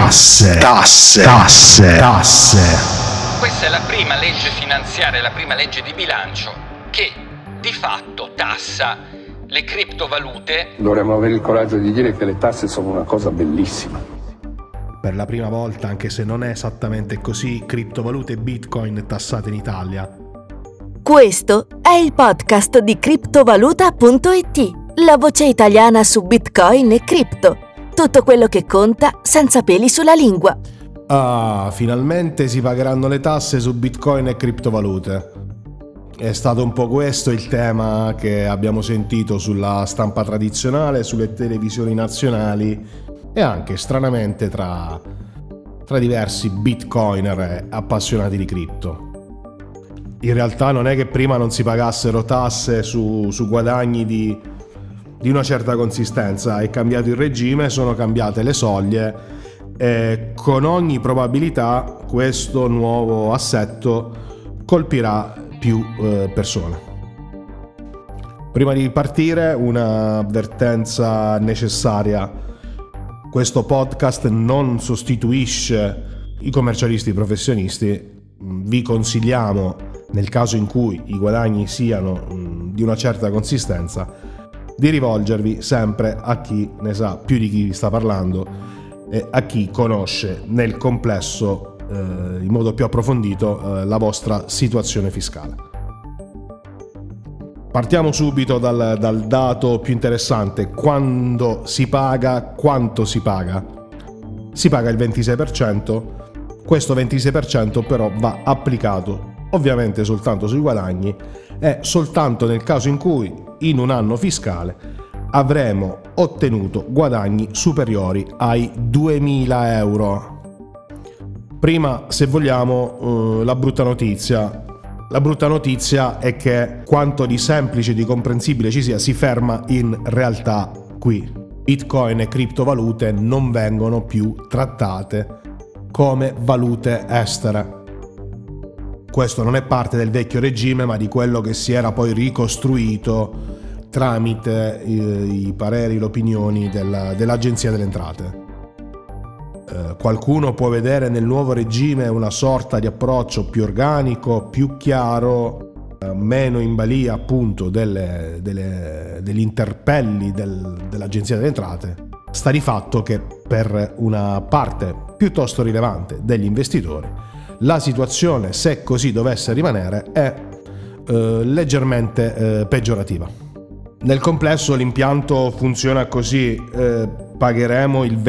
Tasse. Questa è la prima legge finanziaria, la prima legge di bilancio che di fatto tassa le criptovalute. Dovremmo avere il coraggio di dire che le tasse sono una cosa bellissima. Per la prima volta, anche se non è esattamente così, criptovalute e Bitcoin tassate in Italia. Questo è il podcast di criptovaluta.it, la voce italiana su Bitcoin e cripto. Tutto quello che conta senza peli sulla lingua. Ah, finalmente si pagheranno le tasse su Bitcoin e criptovalute. È stato un po' questo il tema che abbiamo sentito sulla stampa tradizionale, sulle televisioni nazionali e anche stranamente tra diversi bitcoiner e appassionati di cripto. In realtà non è che prima non si pagassero tasse su guadagni di una certa consistenza, è cambiato il regime, sono cambiate le soglie e con ogni probabilità questo nuovo assetto colpirà più persone. Prima di partire, un'avvertenza necessaria: questo podcast non sostituisce i commercialisti professionisti. Vi consigliamo, nel caso in cui i guadagni siano di una certa consistenza, di rivolgervi sempre a chi ne sa più di chi vi sta parlando e a chi conosce nel complesso, in modo più approfondito, la vostra situazione fiscale. Partiamo subito dal dato più interessante: quando si paga, quanto si paga? Si paga il 26%, questo 26% però va applicato ovviamente soltanto sui guadagni e soltanto nel caso in cui in un anno fiscale avremo ottenuto guadagni superiori ai 2.000 euro. Prima, se vogliamo, la brutta notizia. La brutta notizia è che quanto di semplice e di comprensibile ci sia si ferma in realtà qui. Bitcoin e criptovalute non vengono più trattate come valute estere. Questo non è parte del vecchio regime, ma di quello che si era poi ricostruito tramite i pareri, le opinioni dell'Agenzia delle Entrate. Qualcuno può vedere nel nuovo regime una sorta di approccio più organico, più chiaro, meno in balia appunto degli interpelli dell'Agenzia delle Entrate. Sta di fatto che per una parte piuttosto rilevante degli investitori la situazione, se così dovesse rimanere, è leggermente peggiorativa. Nel complesso l'impianto funziona così: pagheremo il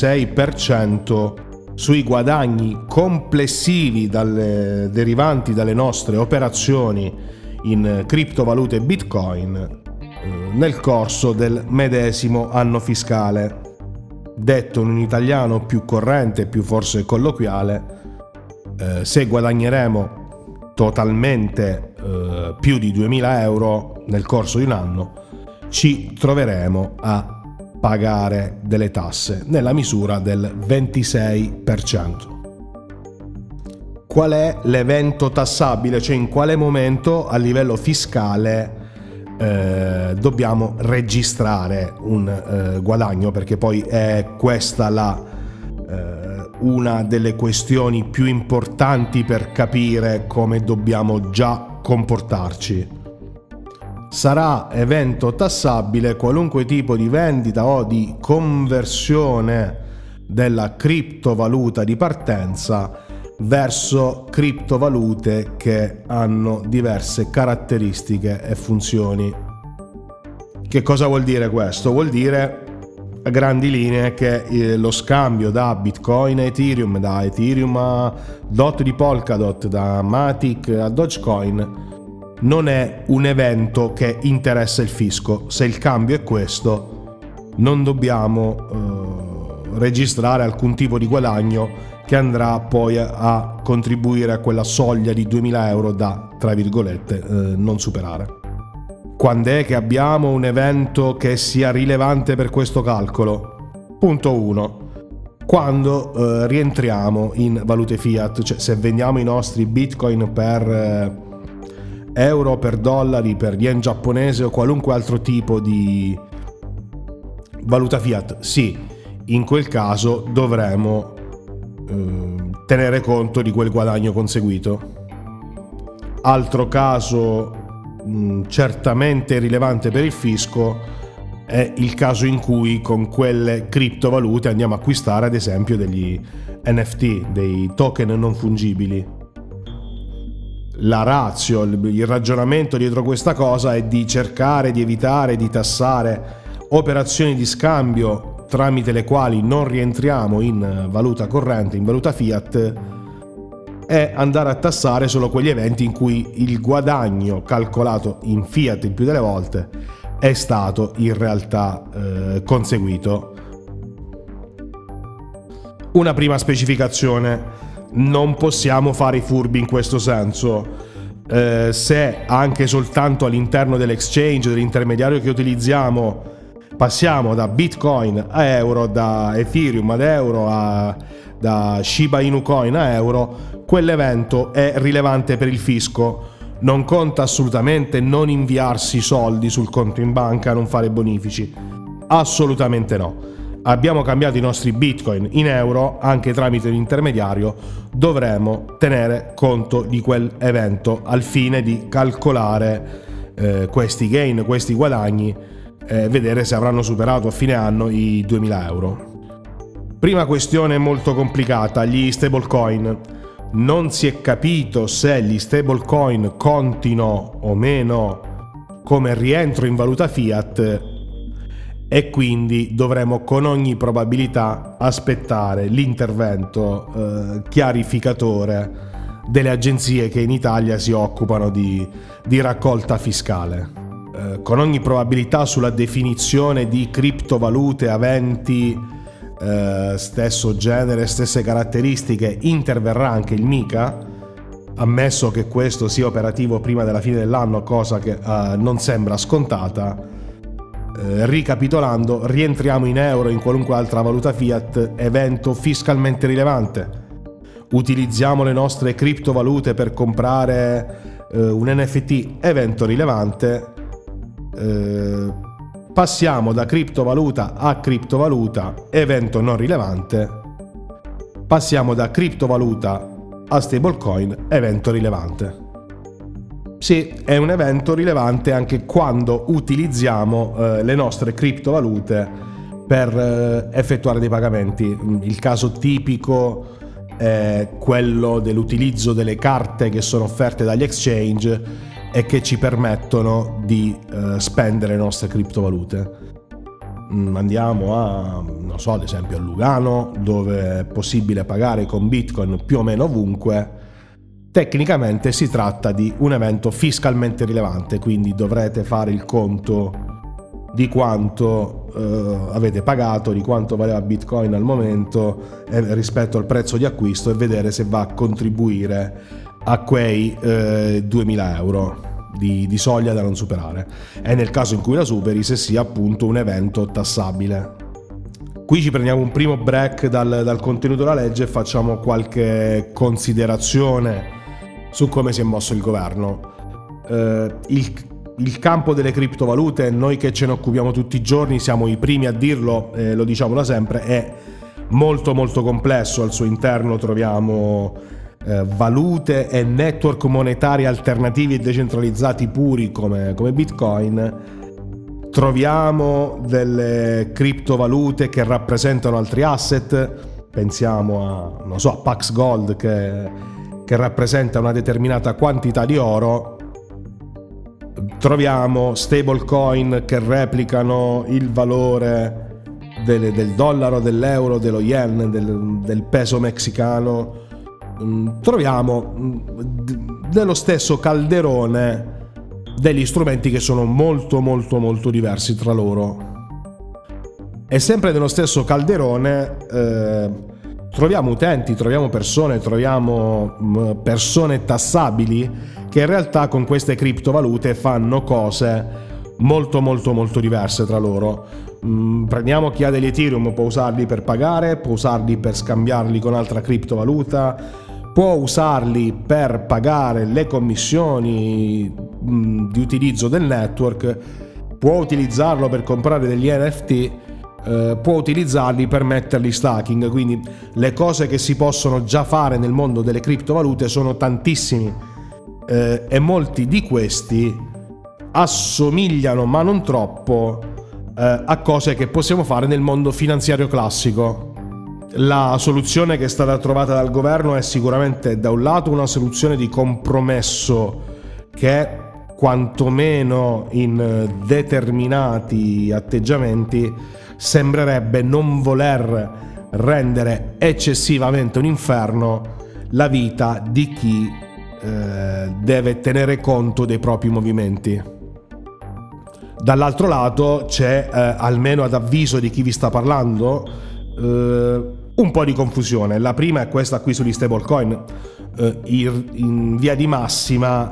26% sui guadagni complessivi derivanti dalle nostre operazioni in criptovalute e Bitcoin nel corso del medesimo anno fiscale. Detto in un italiano più corrente, più forse colloquiale, se guadagneremo totalmente più di 2.000 euro nel corso di un anno, ci troveremo a pagare delle tasse nella misura del 26%. Qual è l'evento tassabile? Cioè, in quale momento a livello fiscale dobbiamo registrare un guadagno? Perché poi è questa una delle questioni più importanti per capire come dobbiamo già comportarci. Sarà evento tassabile qualunque tipo di vendita o di conversione della criptovaluta di partenza verso criptovalute che hanno diverse caratteristiche e funzioni. Che cosa vuol dire questo? Vuol dire a grandi linee che lo scambio da Bitcoin a Ethereum, da Ethereum a DOT di Polkadot, da Matic a Dogecoin non è un evento che interessa il fisco. Se il cambio è questo, non dobbiamo registrare alcun tipo di guadagno che andrà poi a contribuire a quella soglia di 2.000 euro da, tra virgolette, non superare. Quando è che abbiamo un evento che sia rilevante per questo calcolo? Punto 1. Quando rientriamo in valute fiat, cioè se vendiamo i nostri bitcoin per euro, per dollari, per yen giapponese o qualunque altro tipo di valuta fiat, sì, in quel caso dovremo tenere conto di quel guadagno conseguito. Altro caso certamente rilevante per il fisco è il caso in cui con quelle criptovalute andiamo a acquistare ad esempio degli NFT, dei token non fungibili. La ratio, il ragionamento dietro questa cosa è di cercare di evitare di tassare operazioni di scambio tramite le quali non rientriamo in valuta corrente, in valuta fiat, e andare a tassare solo quegli eventi in cui il guadagno calcolato in fiat il più delle volte è stato in realtà conseguito. Una prima specificazione: non possiamo fare i furbi in questo senso. Se anche soltanto all'interno dell'exchange, dell'intermediario che utilizziamo, passiamo da Bitcoin a euro, da Ethereum ad euro, da Shiba Inu Coin a euro, quell'evento è rilevante per il fisco. Non conta assolutamente non inviarsi soldi sul conto in banca, non fare bonifici. Assolutamente no. Abbiamo cambiato i nostri Bitcoin in euro anche tramite l'intermediario, dovremo tenere conto di quell'evento al fine di calcolare questi gain, questi guadagni, vedere se avranno superato a fine anno i 2000 euro. Prima questione molto complicata, gli stablecoin. Non si è capito se gli stablecoin contino o meno come rientro in valuta fiat, e quindi dovremo con ogni probabilità aspettare l'intervento chiarificatore delle agenzie che in Italia si occupano di raccolta fiscale. Con ogni probabilità sulla definizione di criptovalute aventi stesso genere, stesse caratteristiche interverrà anche il MiCA, ammesso che questo sia operativo prima della fine dell'anno, cosa che non sembra scontata. Ricapitolando, rientriamo in euro, in qualunque altra valuta fiat, evento fiscalmente rilevante. Utilizziamo le nostre criptovalute per comprare un NFT, evento rilevante. Passiamo da criptovaluta a criptovaluta, evento non rilevante. Passiamo da criptovaluta a stablecoin, evento rilevante. Sì, è un evento rilevante anche quando utilizziamo le nostre criptovalute per effettuare dei pagamenti. Il caso tipico è quello dell'utilizzo delle carte che sono offerte dagli exchange e che ci permettono di spendere le nostre criptovalute. Andiamo ad esempio a Lugano, dove è possibile pagare con Bitcoin più o meno ovunque. Tecnicamente si tratta di un evento fiscalmente rilevante, quindi dovrete fare il conto di quanto avete pagato, di quanto valeva Bitcoin al momento rispetto al prezzo di acquisto, e vedere se va a contribuire a quei 2000 euro di soglia da non superare, e nel caso in cui la superi, se sia appunto un evento tassabile. Qui ci prendiamo un primo break dal contenuto della legge e facciamo qualche considerazione su come si è mosso il governo. Il campo delle criptovalute, noi che ce ne occupiamo tutti i giorni siamo i primi a dirlo, lo diciamo da sempre, è molto molto complesso. Al suo interno troviamo valute e network monetari alternativi e decentralizzati puri come Bitcoin. Troviamo delle criptovalute che rappresentano altri asset, pensiamo a Pax Gold che rappresenta una determinata quantità di oro. Troviamo stablecoin che replicano il valore del dollaro, dell'euro, dello yen, del peso messicano. Troviamo nello stesso calderone degli strumenti che sono molto molto molto diversi tra loro. E sempre nello stesso calderone troviamo utenti, troviamo persone tassabili che in realtà con queste criptovalute fanno cose molto molto molto diverse tra loro. Prendiamo chi ha degli Ethereum, può usarli per pagare, può usarli per scambiarli con altra criptovaluta, può usarli per pagare le commissioni di utilizzo del network, può utilizzarlo per comprare degli NFT, può utilizzarli per metterli stacking. Quindi le cose che si possono già fare nel mondo delle criptovalute sono tantissimi, e molti di questi assomigliano, ma non troppo, a cose che possiamo fare nel mondo finanziario classico. La soluzione che è stata trovata dal governo è sicuramente, da un lato, una soluzione di compromesso che quantomeno in determinati atteggiamenti sembrerebbe non voler rendere eccessivamente un inferno la vita di chi deve tenere conto dei propri movimenti. Dall'altro lato c'è, almeno ad avviso di chi vi sta parlando, un po' di confusione. La prima è questa qui sugli stablecoin. In via di massima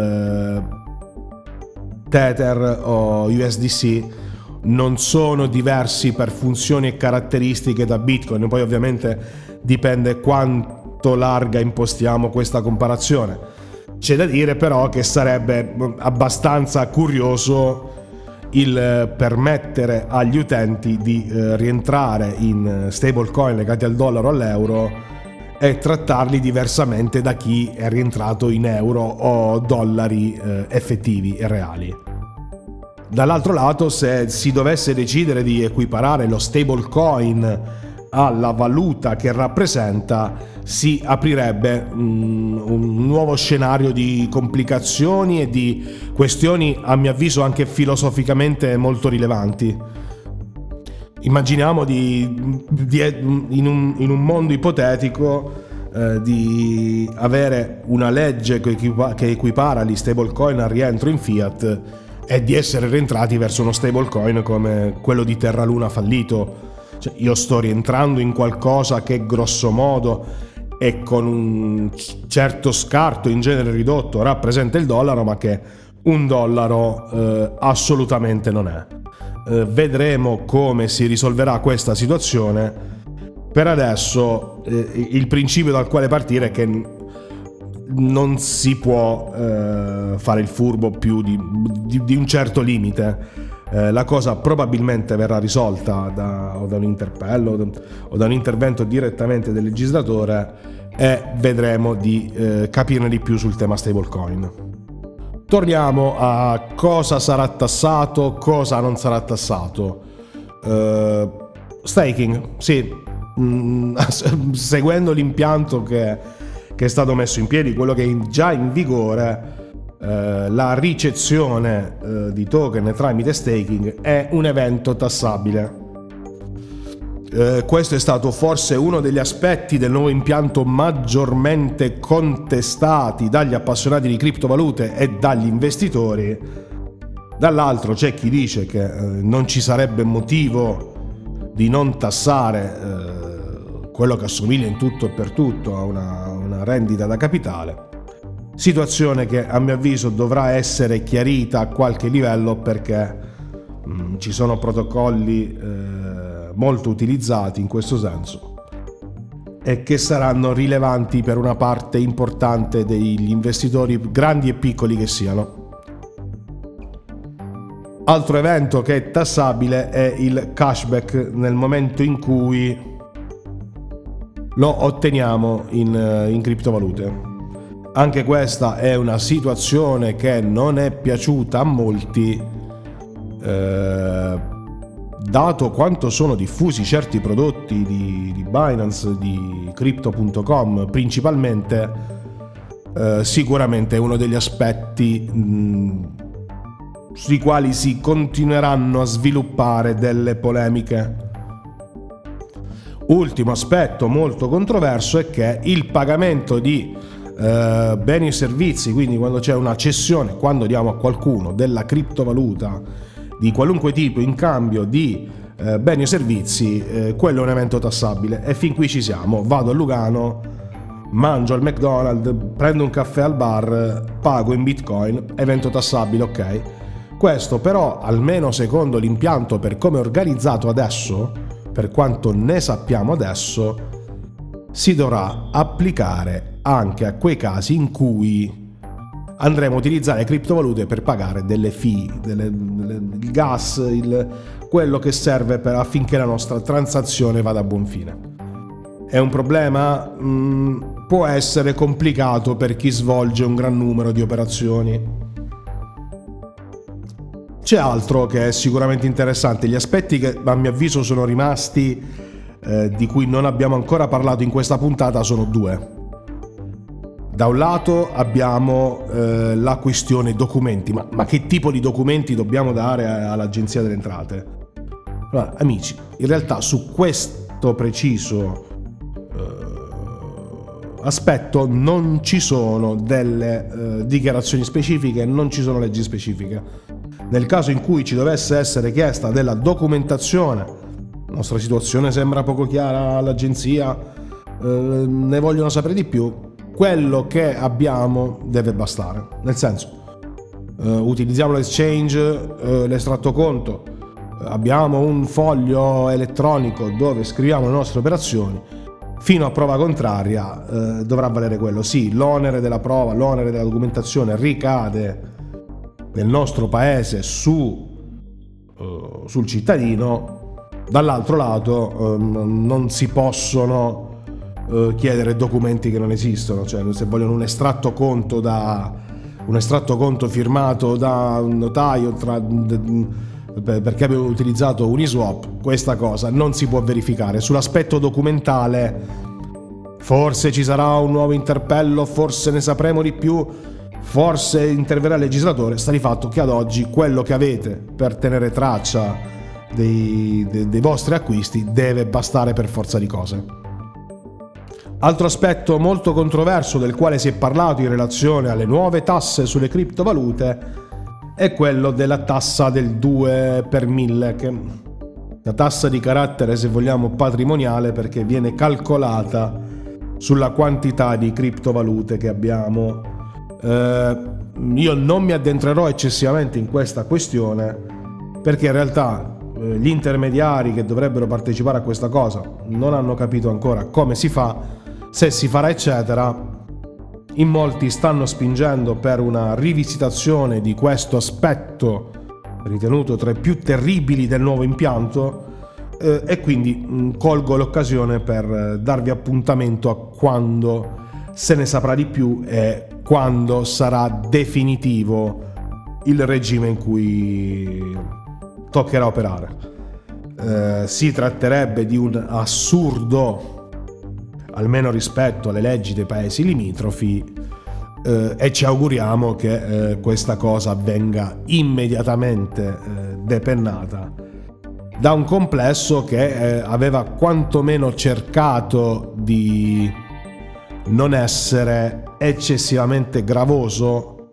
Tether o USDC non sono diversi per funzioni e caratteristiche da Bitcoin. Poi ovviamente dipende quanto larga impostiamo questa comparazione. C'è da dire però che sarebbe abbastanza curioso il permettere agli utenti di rientrare in stablecoin legati al dollaro o all'euro e trattarli diversamente da chi è rientrato in euro o dollari effettivi e reali. Dall'altro lato, se si dovesse decidere di equiparare lo stablecoin alla valuta che rappresenta, si aprirebbe un nuovo scenario di complicazioni e di questioni, a mio avviso, anche filosoficamente molto rilevanti. Immaginiamo in un mondo ipotetico di avere una legge che equipara gli stablecoin al rientro in fiat e di essere rientrati verso uno stablecoin come quello di Terra Luna fallito. Cioè, io sto rientrando in qualcosa che grosso modo e con un certo scarto, in genere ridotto, rappresenta il dollaro, ma che un dollaro assolutamente non è. Vedremo come si risolverà questa situazione. Per adesso il principio dal quale partire è che non si può fare il furbo più di un certo limite. La cosa probabilmente verrà risolta da un interpello o da un intervento direttamente del legislatore, e vedremo di capirne di più sul tema stablecoin. Torniamo a cosa sarà tassato, cosa non sarà tassato. Staking, sì, seguendo l'impianto che è stato messo in piedi, quello che è già in vigore, la ricezione di token tramite staking è un evento tassabile. Questo è stato forse uno degli aspetti del nuovo impianto maggiormente contestati dagli appassionati di criptovalute e dagli investitori. Dall'altro c'è chi dice che non ci sarebbe motivo di non tassare quello che assomiglia in tutto e per tutto a una rendita da capitale. Situazione che a mio avviso dovrà essere chiarita a qualche livello, perché ci sono protocolli molto utilizzati in questo senso e che saranno rilevanti per una parte importante degli investitori, grandi e piccoli che siano. Altro evento che è tassabile è il cashback nel momento in cui lo otteniamo in criptovalute. Anche questa è una situazione che non è piaciuta a molti, dato quanto sono diffusi certi prodotti di Binance, di Crypto.com principalmente. Sicuramente è uno degli aspetti sui quali si continueranno a sviluppare delle polemiche. Ultimo aspetto molto controverso è che il pagamento di beni e servizi, quindi quando c'è una cessione, quando diamo a qualcuno della criptovaluta di qualunque tipo in cambio di beni o servizi, quello è un evento tassabile. E fin qui ci siamo. Vado a Lugano, mangio al McDonald's, prendo un caffè al bar, pago in Bitcoin, evento tassabile, ok. Questo però, almeno secondo l'impianto per come è organizzato adesso, per quanto ne sappiamo adesso, si dovrà applicare anche a quei casi in cui andremo a utilizzare criptovalute per pagare delle fee, il gas, quello che serve affinché la nostra transazione vada a buon fine. È un problema? Può essere complicato per chi svolge un gran numero di operazioni. C'è altro che è sicuramente interessante. Gli aspetti che a mio avviso sono rimasti, di cui non abbiamo ancora parlato in questa puntata, sono due. Da un lato abbiamo la questione documenti, ma che tipo di documenti dobbiamo dare all'Agenzia delle Entrate? Allora, amici, in realtà su questo preciso aspetto non ci sono delle dichiarazioni specifiche, non ci sono leggi specifiche. Nel caso in cui ci dovesse essere chiesta della documentazione, la nostra situazione sembra poco chiara all'agenzia, ne vogliono sapere di più, quello che abbiamo deve bastare. Nel senso, utilizziamo l'exchange, l'estratto conto, abbiamo un foglio elettronico dove scriviamo le nostre operazioni, fino a prova contraria dovrà valere quello. Sì, l'onere della prova, l'onere della documentazione ricade nel nostro paese sul cittadino. Dall'altro lato non si possono chiedere documenti che non esistono, cioè se vogliono un estratto conto firmato da un notaio perché abbiamo utilizzato Uniswap, questa cosa non si può verificare. Sull'aspetto documentale forse ci sarà un nuovo interpello, forse ne sapremo di più, forse interverrà il legislatore. Sta di fatto che ad oggi quello che avete per tenere traccia dei vostri acquisti deve bastare per forza di cose. Altro aspetto molto controverso del quale si è parlato in relazione alle nuove tasse sulle criptovalute è quello della tassa del 2 per 1000, che è una tassa di carattere, se vogliamo, patrimoniale, perché viene calcolata sulla quantità di criptovalute che abbiamo. Io non mi addentrerò eccessivamente in questa questione, perché in realtà gli intermediari che dovrebbero partecipare a questa cosa non hanno capito ancora come si fa, se si farà, eccetera. In molti stanno spingendo per una rivisitazione di questo aspetto ritenuto tra i più terribili del nuovo impianto, e quindi colgo l'occasione per darvi appuntamento a quando se ne saprà di più e quando sarà definitivo il regime in cui toccherà operare. Si tratterebbe di un assurdo, almeno rispetto alle leggi dei paesi limitrofi, e ci auguriamo che questa cosa venga immediatamente depennata da un complesso che aveva quantomeno cercato di non essere eccessivamente gravoso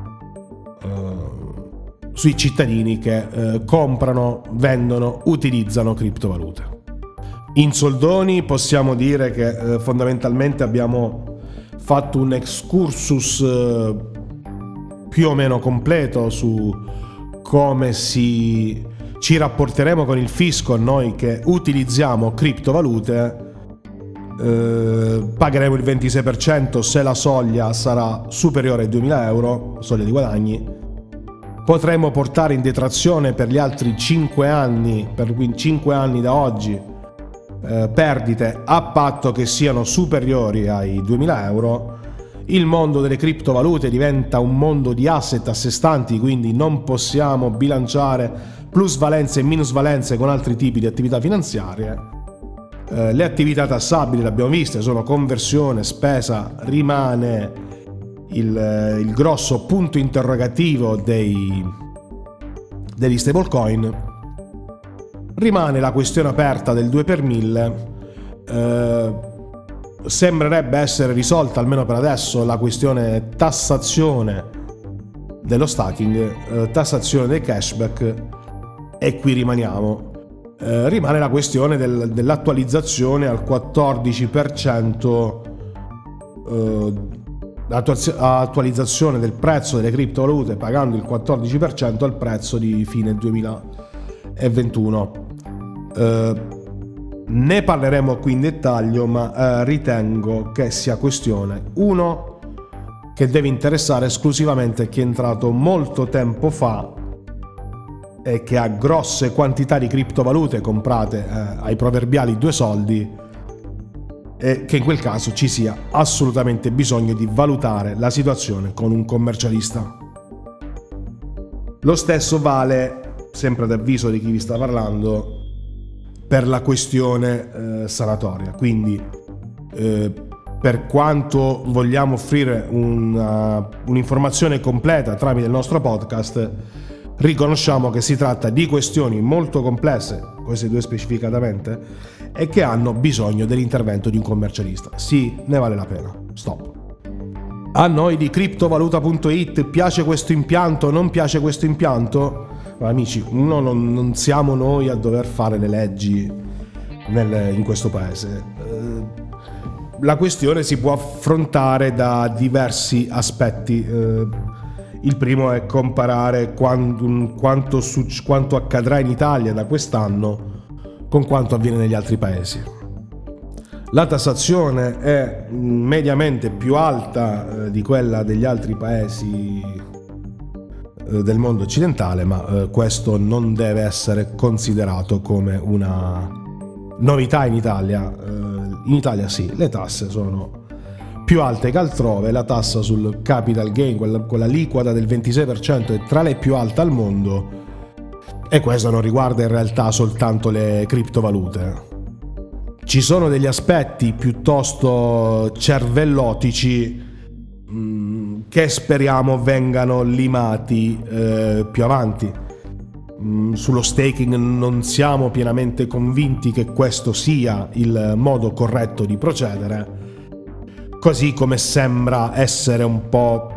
sui cittadini che comprano, vendono, utilizzano criptovalute. In soldoni possiamo dire che fondamentalmente abbiamo fatto un excursus più o meno completo su come ci rapporteremo con il fisco noi che utilizziamo criptovalute. Pagheremo il 26% se la soglia sarà superiore ai 2.000 euro, soglia di guadagni. Potremo portare in detrazione per gli altri 5 anni, per 5 anni da oggi, perdite a patto che siano superiori ai 2.000 euro. Il mondo delle criptovalute diventa un mondo di asset a sé stanti, quindi non possiamo bilanciare plusvalenze e minusvalenze con altri tipi di attività finanziarie. Le attività tassabili, l'abbiamo viste, sono conversione, spesa. Rimane il grosso punto interrogativo degli stablecoin. Rimane la questione aperta del 2 per 1000. Sembrerebbe essere risolta, almeno per adesso, la questione tassazione dello staking, tassazione dei cashback, e qui rimaniamo. Rimane la questione dell'attualizzazione al 14%, attualizzazione del prezzo delle criptovalute pagando il 14% al prezzo di fine 2021. Ne parleremo qui in dettaglio, ma ritengo che sia questione, uno, che deve interessare esclusivamente chi è entrato molto tempo fa e che ha grosse quantità di criptovalute comprate ai proverbiali 2 soldi, e che in quel caso ci sia assolutamente bisogno di valutare la situazione con un commercialista. Lo stesso vale, sempre ad avviso di chi vi sta parlando, per la questione sanatoria. Quindi per quanto vogliamo offrire un'informazione completa tramite il nostro podcast, riconosciamo che si tratta di questioni molto complesse, queste 2 specificatamente, e che hanno bisogno dell'intervento di un commercialista. Sì, ne vale la pena. Stop. A noi di criptovaluta.it piace questo impianto, non piace questo impianto? Ma amici, non siamo noi a dover fare le leggi in questo paese. La questione si può affrontare da diversi aspetti. Il primo è comparare quanto accadrà in Italia da quest'anno con quanto avviene negli altri paesi. La tassazione è mediamente più alta di quella degli altri paesi del mondo occidentale, ma questo non deve essere considerato come una novità in Italia. In Italia sì, le tasse sono più alte che altrove. La tassa sul capital gain, quella liquida del 26%, è tra le più alte al mondo, e questo non riguarda in realtà soltanto le criptovalute. Ci sono degli aspetti piuttosto cervellotici che speriamo vengano limati più avanti. Sullo staking non siamo pienamente convinti che questo sia il modo corretto di procedere, così come sembra essere un po'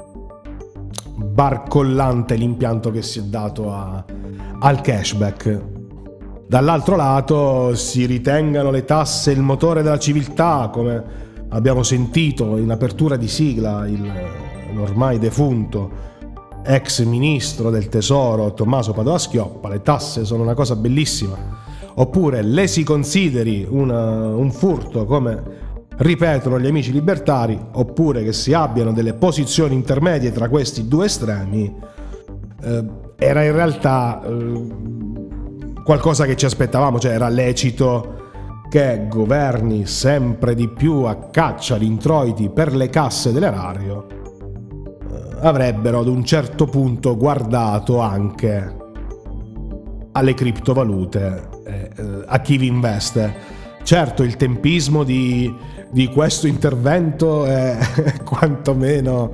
barcollante l'impianto che si è dato al cashback. Dall'altro lato si ritengano le tasse il motore della civiltà, come abbiamo sentito in apertura di sigla l'ormai defunto ex ministro del tesoro Tommaso Padoa-Schioppa. Le tasse sono una cosa bellissima. Oppure le si consideri un furto, come ripetono gli amici libertari, oppure che si abbiano delle posizioni intermedie tra questi 2 estremi. Era in realtà qualcosa che ci aspettavamo, cioè era lecito che governi sempre di più a caccia di introiti per le casse dell'erario avrebbero ad un certo punto guardato anche alle criptovalute, a chi vi investe. Certo, il tempismo di questo intervento è quantomeno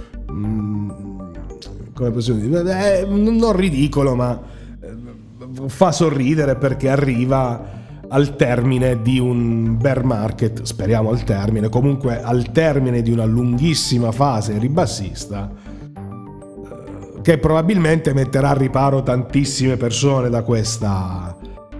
come possiamo dire, non ridicolo, ma fa sorridere, perché arriva al termine di un bear market, speriamo al termine, comunque al termine di una lunghissima fase ribassista che probabilmente metterà a riparo tantissime persone da questa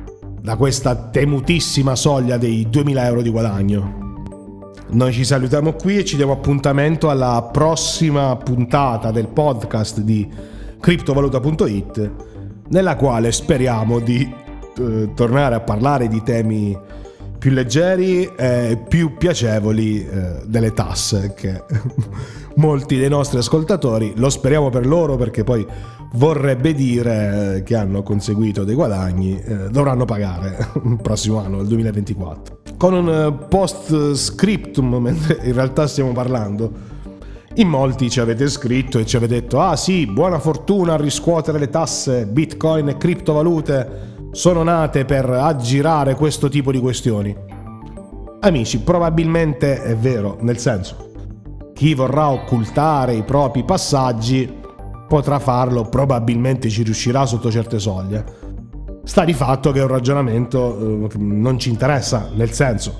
temutissima soglia dei 2.000 euro di guadagno. Noi ci salutiamo qui e ci diamo appuntamento alla prossima puntata del podcast di criptovaluta.it, nella quale speriamo di tornare a parlare di temi più leggeri e più piacevoli delle tasse, che molti dei nostri ascoltatori, lo speriamo per loro, perché poi vorrebbe dire che hanno conseguito dei guadagni, dovranno pagare il prossimo anno, il 2024. Con un post scriptum, mentre in realtà stiamo parlando, in molti ci avete scritto e ci avete detto: ah sì, buona fortuna a riscuotere le tasse, bitcoin e criptovalute sono nate per aggirare questo tipo di questioni. Amici, probabilmente è vero, nel senso, chi vorrà occultare i propri passaggi potrà farlo, probabilmente ci riuscirà sotto certe soglie. Sta di fatto che è un ragionamento non ci interessa, nel senso,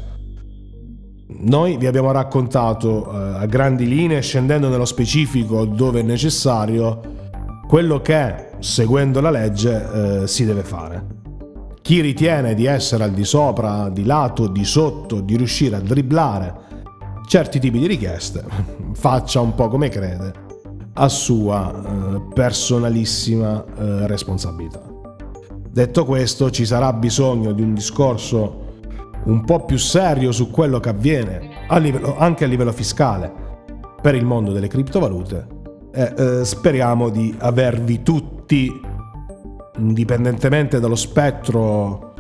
noi vi abbiamo raccontato a grandi linee, scendendo nello specifico dove è necessario, quello che, seguendo la legge, si deve fare. Chi ritiene di essere al di sopra, di lato, di sotto, di riuscire a dribblare certi tipi di richieste, faccia un po' come crede, a sua personalissima responsabilità. Detto questo, ci sarà bisogno di un discorso un po' più serio su quello che avviene anche a livello fiscale per il mondo delle criptovalute, e speriamo di avervi tutti indipendentemente dallo spettro,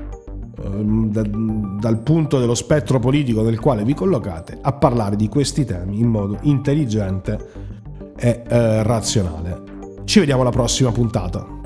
dal punto dello spettro politico nel quale vi collocate, a parlare di questi temi in modo intelligente e razionale. Ci vediamo alla prossima puntata.